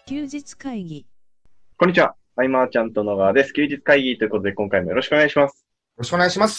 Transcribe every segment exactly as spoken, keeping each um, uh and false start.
休日会議。 こんにちは。アイマーちゃんと野川です。休日会議ということで、今回もよろしくお願いします。 よろしくお願いします。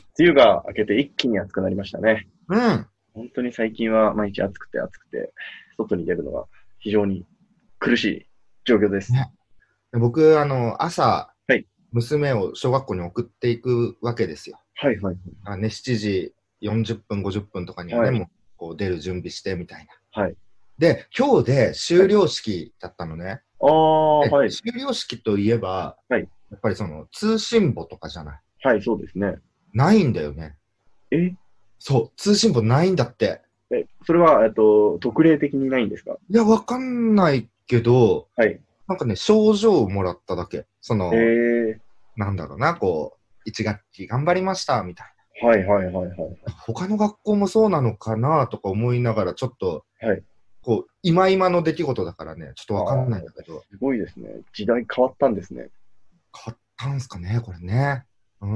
梅雨が明けて一気に暑くなりましたね。 うん。 本当に最近は毎日暑くて暑くて、外に出るのが非常に苦しい状況です。 ね、僕、あの、朝、 はい、 娘を小学校に送っていくわけですよ。 はいはい。 あね、しちじよんじゅっぷん、ごじゅっぷんとかにはね、はい、もうこう出る準備してみたいな。 はい。 で、今日で終了式だったのね。 はい、ああ、はい。 終了式といえば、 はい、 やっぱりその通信簿とかじゃない。 はい、そうですね。 ないんだよね。 えそう、通信簿ないんだって。 え、それは、えっと、特例的にないんですか？ いや、わかんないけど、 はい。 なんかね、賞状をもらっただけ。その、 えー、 なんだろうな、こう、一学期頑張りました、みたいな。はいはいはいはい。 他の学校もそうなのかなとか思いながら、ちょっと、 はい。 こう、今今の出来事だからね、ちょっとわかんないんだけど。 すごいですね。時代変わったんですね。 変わったんすかね、これね。うん。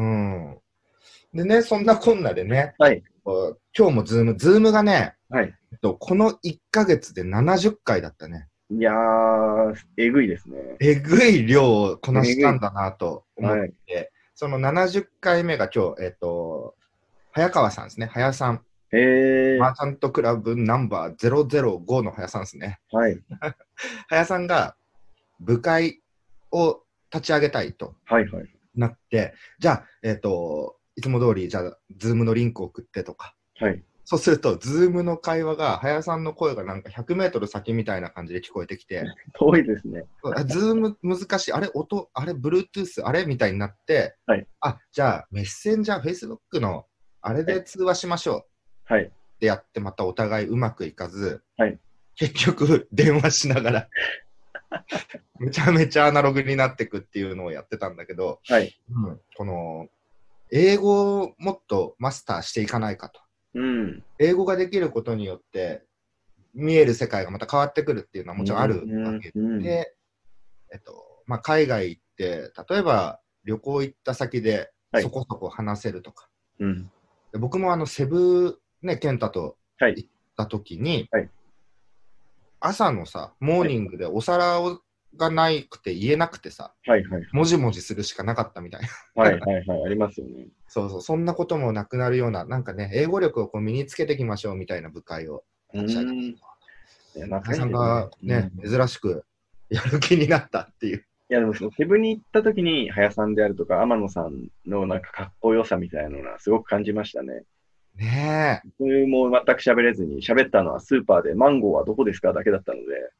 でね、そんなこんなでね、 はい。 今日もズーム、ズームがね、 はい。 えっと、このいっかげつでななじゅっかいだったね。 いやー、えぐいですね。 えぐい量をこなしたんだなと思って、はい、そのななじゅっかいめが今日、えっと、早川さんですね、早さん。 へー。 マーチャントクラブナンバーゼロゼロごの早さんですね。 はい。 早さんが部会を立ち上げたいとなって、はいはい、じゃあ、えっと、いつも通り、じゃあ、ズームのリンクを送ってとか。 はい。 そうすると、ズームの会話が、早さんの声がなんかひゃくメートル先みたいな感じで聞こえてきて。 遠いですね。 ズーム難しい。あれ、音、あれ、Bluetooth、あれみたいになって、 はい、 あ、じゃあ、メッセンジャー、Facebook のあれで通話しましょう。はい。 でやって、またお互いうまくいかず、 はい、 結局、電話しながら、めちゃめちゃアナログになっていくっていうのをやってたんだけど、 はい。 うん、この、英語をもっとマスターしていかないかと。 うん、 英語ができることによって、見える世界がまた変わってくるっていうのはもちろんあるわけで、うんうん、えっとまあ、海外行って、例えば旅行行った先でそこそこ話せるとか。 はい、うん、 で僕もあのセブ、ね、健太と行った時に、はいはい、朝のさ、モーニングでお皿をがなくて言えなくてさ、 はいはい、 もじもじするしかなかったみたいな。 はいはいはい、ありますよね。 そうそう、そんなこともなくなるような、なんかね、英語力をこう身につけていきましょうみたいな部会を立ち上げた。中井さんがね、うん、珍しくやる気になったっていう。 いやでもそのセブに行った時に、早さんであるとか、天野さんのなんかかっこよさみたいなのがすごく感じましたね。 ねえ。 それも全く喋れずに、喋ったのはスーパーでマンゴーはどこですかだけだったので。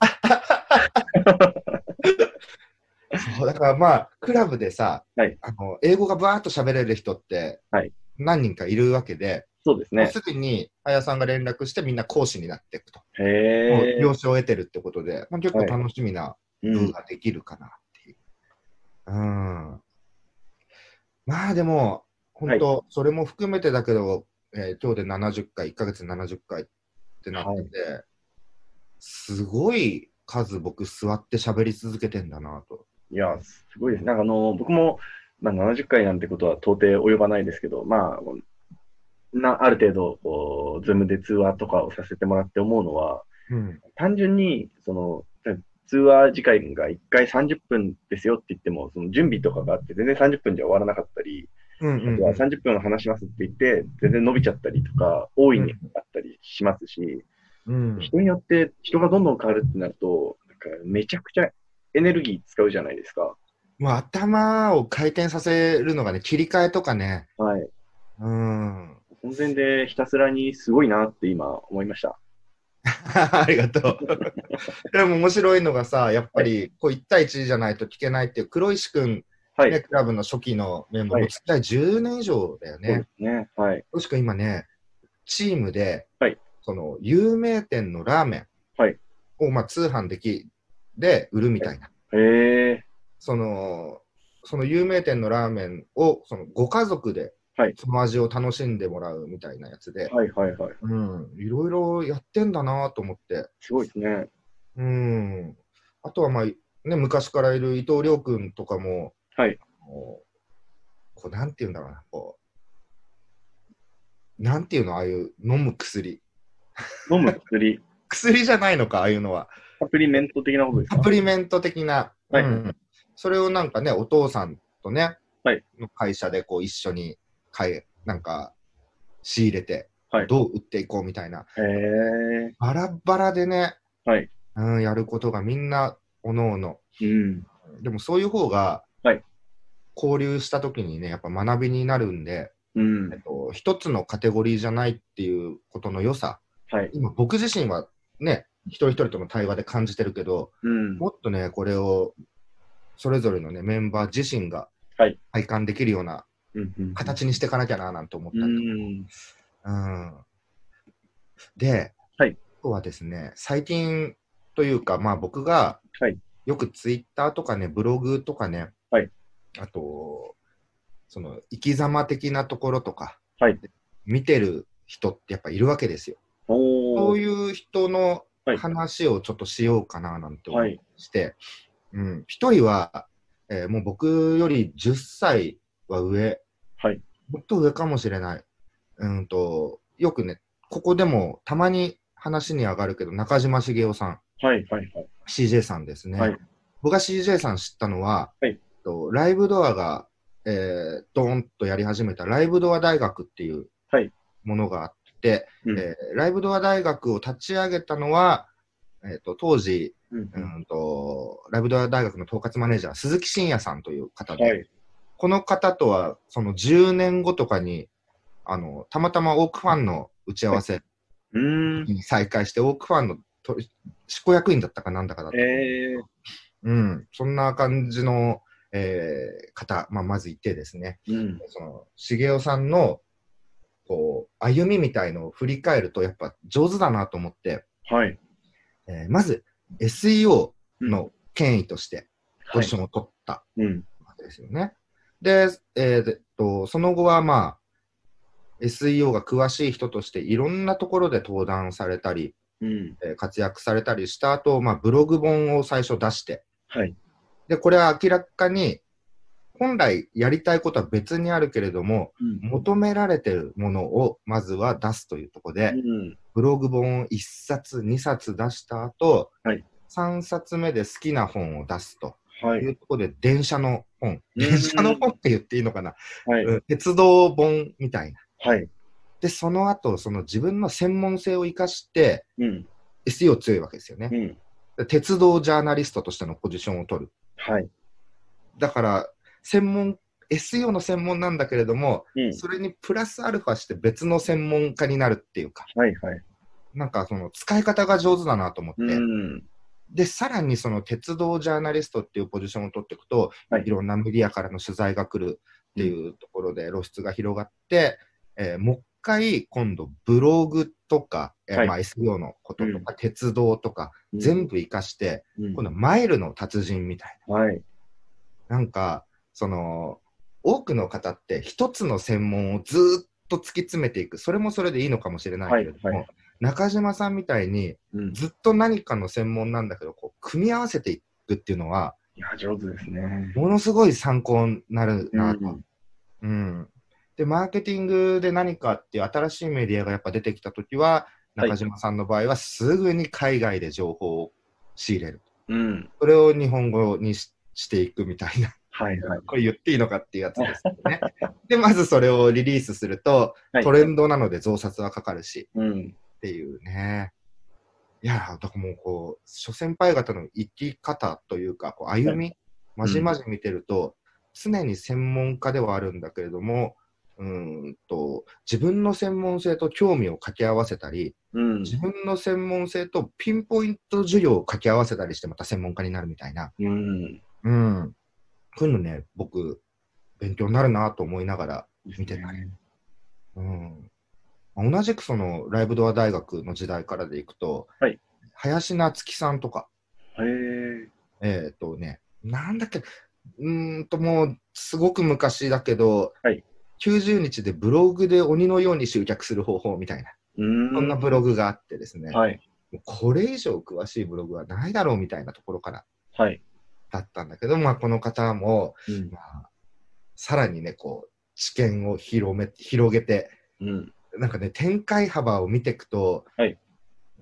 そう、だからまあ、クラブでさ、 はい、 あの英語がバーッと喋れる人って何人かいるわけで、 そうですね。 すぐに早さんが連絡してみんな講師になっていくと。 へー。 了承を得てるってことで、まあ、結構楽しみな部ができるかなっていう。はい、うん。まあでも、本当、はい、それも含めてだけど、えー、今日でななじゅっかい、いっかげつでななじゅっかいってなってて、はい、すごい数僕座って喋り続けてんだなと。 いや、すごいです。なんかあの、僕も、まあ、ななじゅっかいなんてことは到底及ばないですけど、まあ、なある程度こう、ズームで通話とかをさせてもらって思うのは、うん、単純に、その、通話時間がいっかいさんじゅっぷんですよって言っても、その準備とかがあって全然さんじゅっぷんじゃ終わらなかったり、うんうんうん、あとはさんじゅっぷん話しますって言って、全然伸びちゃったりとか、大いにあったりしますし、うん、人によって人がどんどん変わるってなると、なんかめちゃくちゃエネルギー使うじゃないですか。 もう頭を回転させるのがね、切り替えとかね。 はい。 うん。 本然でひたすらにすごいなって今思いました。 ありがとう。でも面白いのがさ、やっぱりこういち対いちじゃないと聞けないっていう黒石くん、ね、はい、クラブの初期のメンバー、はい、付き合いじゅうねん以上だよね。 そうですね。はい。 黒石くん今ね、チームで、 はい、 その有名店のラーメンを、まあ、通販できで売るみたいな。 はい、へー。 その、その有名店のラーメンをそのご家族でその味を楽しんでもらうみたいなやつで、 はいはいはい。 うん、いろいろやってんだなと思って。 すごいですね。 うん。あとはまあ、ね、昔からいる伊藤亮君とかも、 はい。 こう、なんて言うんだろうな、こう、なんていうの、ああいう飲む薬。 飲む薬薬じゃないのか、ああいうのは。 サプリメント的なことですか？ サプリメント的な、 はい、 うん。それをなんかね、お父さんとね、 はい、 の会社でこう一緒に買い、なんか仕入れて、 はい。 どう売っていこうみたいな。 へえ。 バラバラでね、 はい。 うん、やることがみんな、おのおの。 うん。 でもそういう方が、 はい。 交流したときにね、やっぱ学びになるんで、 うん。 えっと、一つのカテゴリーじゃないっていうことの良さ、 はい。 今僕自身はね、一人一人との対話で感じてるけど、 うん。 もっとね、これをそれぞれのね、メンバー自身がはい。 体感できるようなうんうん形にしていかなきゃななんて思っうたりとん。 か。うん。で、 はい。 あとはですね、最近というか、まあ僕がはい。 よくツイッターとかね、ブログとかね、 はい。 あと、その生き様的なところとか、 はい。 見てる人ってやっぱいるわけですよ。 おー。 そういう人のはい。 話をちょっとしようかななんて思っはい。 て、うん、一人は、えーもう僕よりじゅっさいは上、 はい。 もっと上かもしれない。うんと、よくね、ここでもたまに話に上がるけど、中島茂雄さん、 はい。はい。はい。 シージェー さんですね。 はい。 僕が シージェー さん知ったのは、 はい。 とライブドアが、えー、ドーンとやり始めたライブドア大学っていうはい。 ものがあって、 うん。 えーライブドア大学を立ち上げたのは、えー、と当時、 うん。うん。 うんと、ライブドア大学の統括マネージャー、鈴木真也さんという方で、 はい。 この方とはそのじゅうねんごとかに、あのたまたまオークファンの打ち合はい。 わせうーん。 に再開して、オークファンの取執行役員だったかなんだかだったと思う。 えー。 うん、そんな感じの、えー方、まあ、まずいてですね、 うん。 その茂雄さんのこう歩みみたいのを振り返ると、やっぱ上手だなと思って、 はい。 えーまず エスイーオうん。 ーの権威としてポはい。 ジションを取ったうん。 わけですよね。で、えーっとその後は、まあ、エスイーオー が詳しい人としていろんなところで登壇されたり、 うん。 えー活躍されたりした後、まあ、ブログ本を最初出して、 はい。 で、これは明らかに本来やりたいことは別にあるけれども、 うん。 求められているものをまずは出すというところで、 うん。 ブログ本をいっさつ、にさつ出した後、 はい。 さんさつめで好きな本を出すとはい。 いうところで、電車の本、 う電車のーん。 本って言っていいのかな、 はい。 うん、鉄道本みたいな。 はい。 で、その後、その自分の専門性を生かして、 うん。 エスイーオー 強いわけですよね。 うん。 鉄道ジャーナリストとしてのポジションを取る。 はい。 だから、専門、エスイーオー の専門なんだけれども、 うん。 それにプラスアルファして別の専門家になるっていうか、 はい。はい。 なんかその使い方が上手だなと思っうて、 ーん。 で、さらにその鉄道ジャーナリストっていうポジションを取っていくと、 はい。 いろんなメディアからの取材が来るっていうところで露出が広がって、えーもう一回今度ブログとか、えーはい。 まあ、エスイーオー のこととうん。 か、鉄道とか、 うん。 全部活かして、 うん。 今度マイルの達人みたいはい。 な。なんか、その、多くの方って一つの専門をずーっと突き詰めていく。それもそれでいいのかもしれないはい。 けれども、 はい。 中島さんみたいにうん。 ずっと何かの専門なんだけど、こう組み合わせていくっていうのは、 いや、上手ですね。 ものすごい参考になるうなと。 ん。 うん。で、マーケティングで何かっていう新しいメディアがやっぱ出てきたときは、 はい。 中島さんの場合はすぐに海外で情報を仕入れる。 うん。 それを日本語に し, していくみたいな。 はい。はい。 これ言っていいのかっていうやつですよね。で、まずそれをリリースすると、 はい。 トレンドなので増刷はかかるし、 うん。 っていうね。いや、だからもうこう、諸先輩方の生き方というか、こう歩み、 はい。 まじまじ見てると、常に専門家ではあるんだけれども、うーんと自分の専門性と興味を掛け合わせたり、 うん。 自分の専門性とピンポイント授業を掛け合わせたりして、また専門家になるみたいな。 うん。 うん。こういうのね、僕、勉強になるなと思いながら見てたり。 ね、 うん。同じくそのライブドア大学の時代からでいくと、 はい。 林夏樹さんとか、 へえ。 えっ、とね、なんだっけ、うーんともうすごく昔だけど、 はい。 きゅうじゅうにちでブログで鬼のように集客する方法みたいな、 うーそんん。 なブログがあってですね、 はい。 もうこれ以上詳しいブログはないだろうみたいなところからはい。 だったんだけど、まあ、この方も、 うん。 まあ、さらにね、こう、知見を広め広げて、 うん。 なんかね、展開幅を見ていくと、 はい。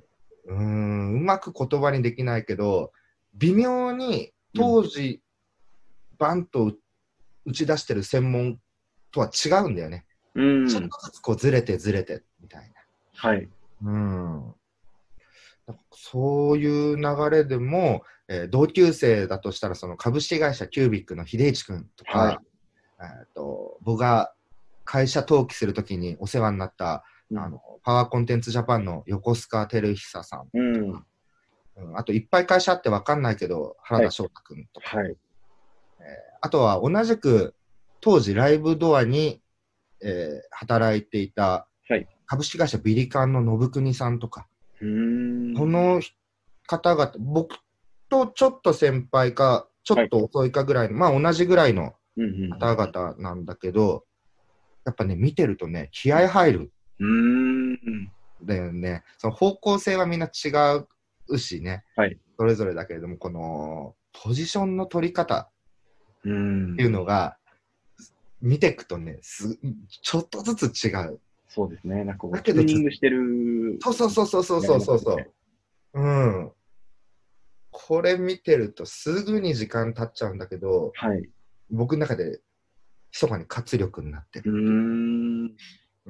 うーん、うまく言葉にできないけど、微妙に当時、バンと打ち出してる専門とは違うんだよね。 うん。 ちょっとずつこうずれてずれてみたいはい。 な。うん。そういう流れでも、えー同級生だとしたら、その株式会社キュービックの秀一君とか、 はい。 えーと僕が会社登記するときにお世話になった、 うん、 あのパワーコンテンツジャパンの横須賀照久さんとか、 うん。 うん、あといっぱい会社あって分かんないけど、原田翔太君とか、 はい。 えーあとは同じく当時ライブドアに、えー働いていたはい。 株式会社ビリカンの信国さんとか、 うーん。 この方々、僕とちょっと先輩か、ちょっと遅いかぐらいの、はい、まあ同じぐらいの方々なんだけど、やっぱね、見てるとね、気合入る。 うーん。 だよね。その方向性はみんな違うしね、 はい。 それぞれだけれども、このポジションの取り方っていうのが、見ていくとねす、ちょっとずつ違う。 そうですね。なんかこう、チューニングしてる。 そうそうそうそうそうそうそう。うん。これ見てるとすぐに時間経っちゃうんだけど、 はい、 僕の中で密かに活力になってる。 うーん。 うん。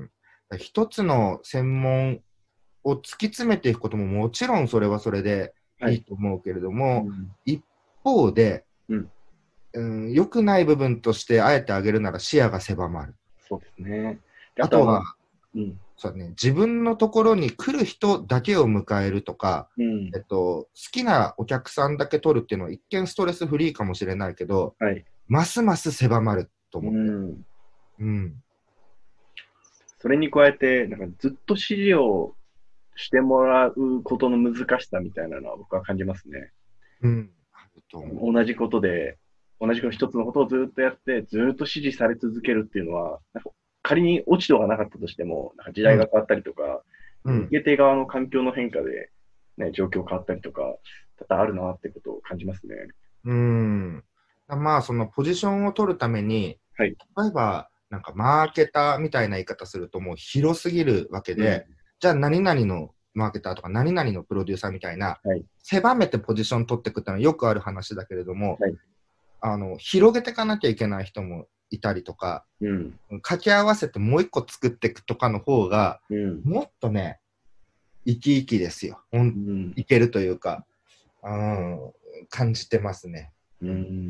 一つの専門を突き詰めていくことももちろんそれはそれでいいと思うけれども、はい、うん、一方で、うんうん、良くない部分としてあえてあげるなら視野が狭まる。 そうですね。 あとは、うん、そうね、自分のところに来る人だけを迎えるとか、うん、えっと、好きなお客さんだけ取るっていうのは一見ストレスフリーかもしれないけど、はい、ますます狭まると思って。うんうん、 それに加えて、なんかずっと指示をしてもらうことの難しさみたいなのは僕は感じますね。 うん、 同じことで、同じ一つのことをずっとやって、ずっと指示され続けるっていうのは、なんか仮に落ち度がなかったとしても、なんか時代が変わったりとか、うん、受け手側の環境の変化で、ね、状況変わったりとか、多々あるなってことを感じますね。 うん。まあ、そのポジションを取るために、はい、例えば、なんかマーケターみたいな言い方するともう広すぎるわけで、うん、じゃあ何々のマーケターとか何々のプロデューサーみたいな、はい、狭めてポジション取っていくってのはよくある話だけれども、はい、あの広げていかなきゃいけない人もいたりとか、うん、掛け合わせてもう一個作っていくとかの方が、うん、もっとね、生き生きですよ。うん、いけるというか、うん、感じてますね。うん、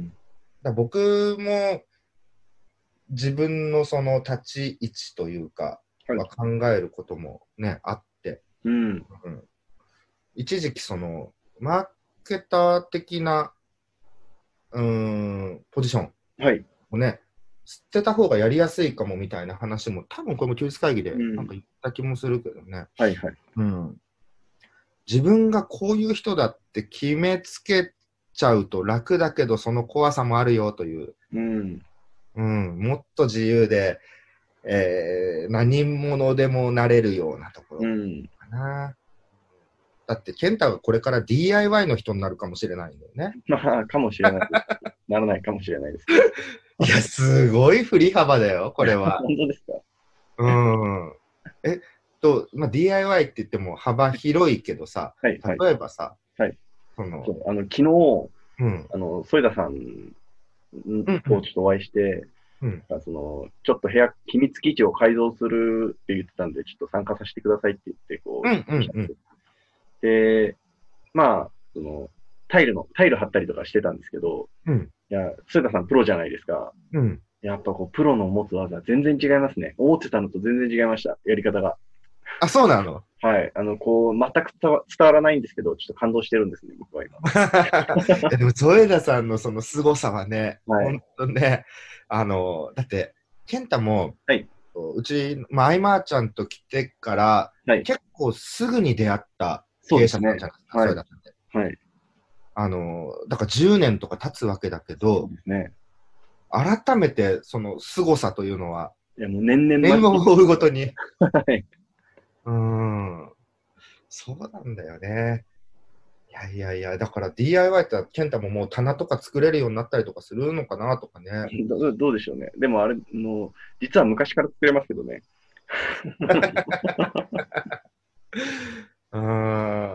だ僕も自分のその立ち位置というか、はい、は考えることもね、あって、うんうん、一時期そのマーケター的なうーんポジションをね、はい、捨てた方がやりやすいかもみたいな話も多分これも休日会議でなんか言った気もするけどね、うんはいはいうん、自分がこういう人だって決めつけちゃうと楽だけどその怖さもあるよという、うんうん、もっと自由で、えー、何者でもなれるようなところかな、うん、だって健太がこれから ディーアイワイ の人になるかもしれないんだよね。 まあかもしれないですならないかもしれないですいやすごい振り幅だよこれは本当ですかうんえっと、まあ、ディーアイワイ って言っても幅広いけどさ、はいはい、例えばさ、はい、 そのあの昨日、うん、あの添田さんとちょっとお会いして、うん、そのちょっと部屋、秘密基地を改造するって言ってたんで、ちょっと参加させてくださいって言って、こう、うんうんうん、で、まあ、そのタイルの、タイル貼ったりとかしてたんですけど、うん、いや、添田さんプロじゃないですか。うん、やっぱこう、プロの持つ技、全然違いますね。思ってたのと全然違いました、やり方が。 あ、そうなの？ はい。あの、こう、全く伝わ、伝わらないんですけど、ちょっと感動してるんですね、僕は今。 いやでも、添田さんのその凄さはね、はい、本当ね、あの、だって、健太も、はい、うち、まあ、アイマーちゃんと来てから、はい、結構すぐに出会った経営者さんじゃないですか、添田さんって。はい。あの、だからじゅうねんとか経つわけだけど、そうですね。改めて、その凄さというのは、 いやもう年々 年を追うごとに。 はい。 うーん。そうなんだよね。いやいやいや、だから ディーアイワイ って健太ももう棚とか作れるようになったりとかするのかなとかね。 ど, どうでしょうね。でもあれの、実は昔から作れますけどね。 うーん。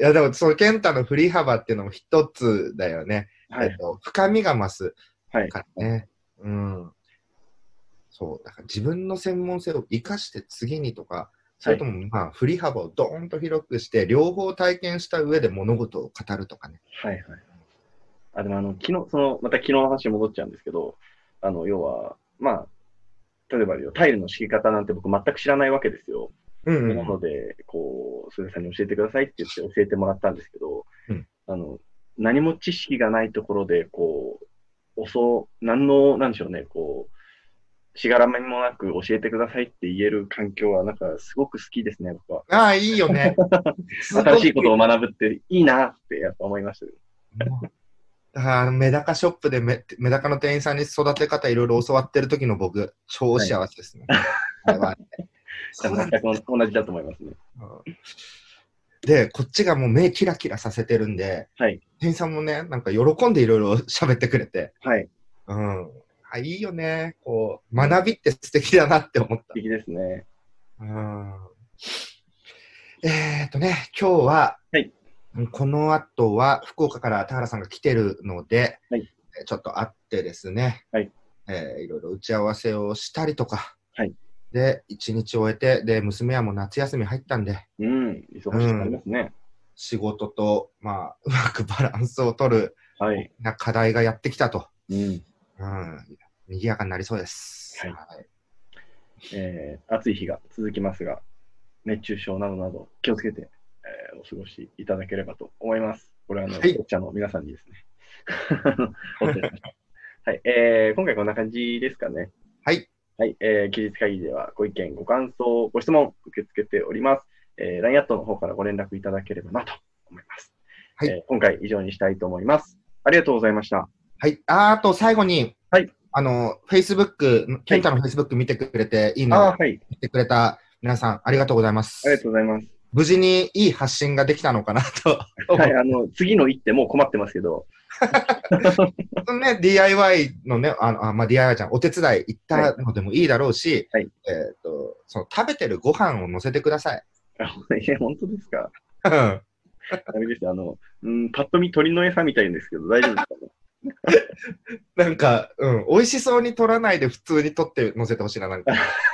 や、でも、その、健太の振り幅っていうのも一つだよね。はい、えっと、深みが増すからね。はい、うん。そう。だから自分の専門性を生かして次にとか、それとも、まあ、振り幅をドーンと広くして、両方体験した上で物事を語るとかね。 はいはい。あ、でもあの、昨日、その、また昨日の話に戻っちゃうんですけど、あの、要は、まあ、例えばタイルの敷き方なんて僕全く知らないわけですよ。うんうん、なので、こう、鈴さんに教えてくださいって言って教えてもらったんですけど、うん、あの、何も知識がないところで、こう、遅、何の、なんでしょうね、こう、しがらみもなく教えてくださいって言える環境は、なんかすごく好きですね、僕は。 ああ、いいよね。 新しいことを学ぶっていいなってやっぱ思いましたよ。 あメダカショップでメメダカの店員さんに育て方いろいろ教わってる時の僕、超幸せですね。はい全く同じだと思いますね。 で、こっちがもう目キラキラさせてるんで、はい、店員さんもね、なんか喜んでいろいろ喋ってくれて、はい。うん。あ、いいよね。こう、学びって素敵だなって思った。素敵ですね。 うん。えーっとね、今日は、はい、この後は福岡から田原さんが来てるので、はい、ちょっと会ってですね、はい、えー、いろいろ打ち合わせをしたりとか、はい、で、一日終えて、で、娘はもう夏休み入ったんで、 うん、忙しくなりますね。うん、 仕事と、まあ、うまくバランスを取る、はい、な課題がやってきたと、うん、うん、賑やかになりそうです。はい。はい、 えー、暑い日が続きますが、熱中症などなど気をつけて、えー、お過ごしいただければと思います。これはあの、はい、お茶の皆さんにですね。お伝えしました。はい、えー、今回こんな感じですかね。 はい。 はい、えー、休日会議ではご意見、ご感想、ご質問受け付けております。えー、ライン アットの方からご連絡いただければなと思います。はい、えー。今回以上にしたいと思います。ありがとうございました。 はい。あ, あと最後に、はい。あの、Facebook、ケンタの Facebook 見てくれて、はい、いいねを見てくれた皆さん、ありがとうございます。 ありがとうございます。 無事にいい発信ができたのかなと。 はい、あの、次の一手も困ってますけど。 ね、ディーアイワイ のね、あの、あまあ、ディーアイワイ じゃん、お手伝い行ったのでもいいだろうし、はい、えっと、その食べてるご飯を乗せてください。 いや、本当ですか。あれです、あの、うん、パッと見鳥の餌みたいですけど、大丈夫ですかね。 なんか、うん、美味しそうに取らないで普通に取って乗せてほしいな、なんか。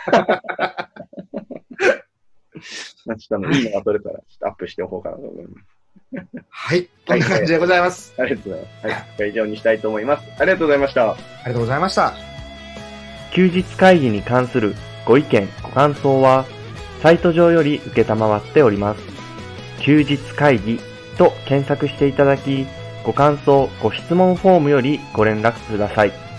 まあ、ちょっとあの、いいのが取れたら、ちょっとアップしておこうかなと思います。 はい、こんな感じでございます。 はい、ありがとうございます。はい、以上にしたいと思います。ありがとうございました。 ありがとうございました。 休日会議に関するご意見、ご感想は、サイト上より受けたまわっております。休日会議と検索していただき、ご感想、ご質問フォームよりご連絡ください。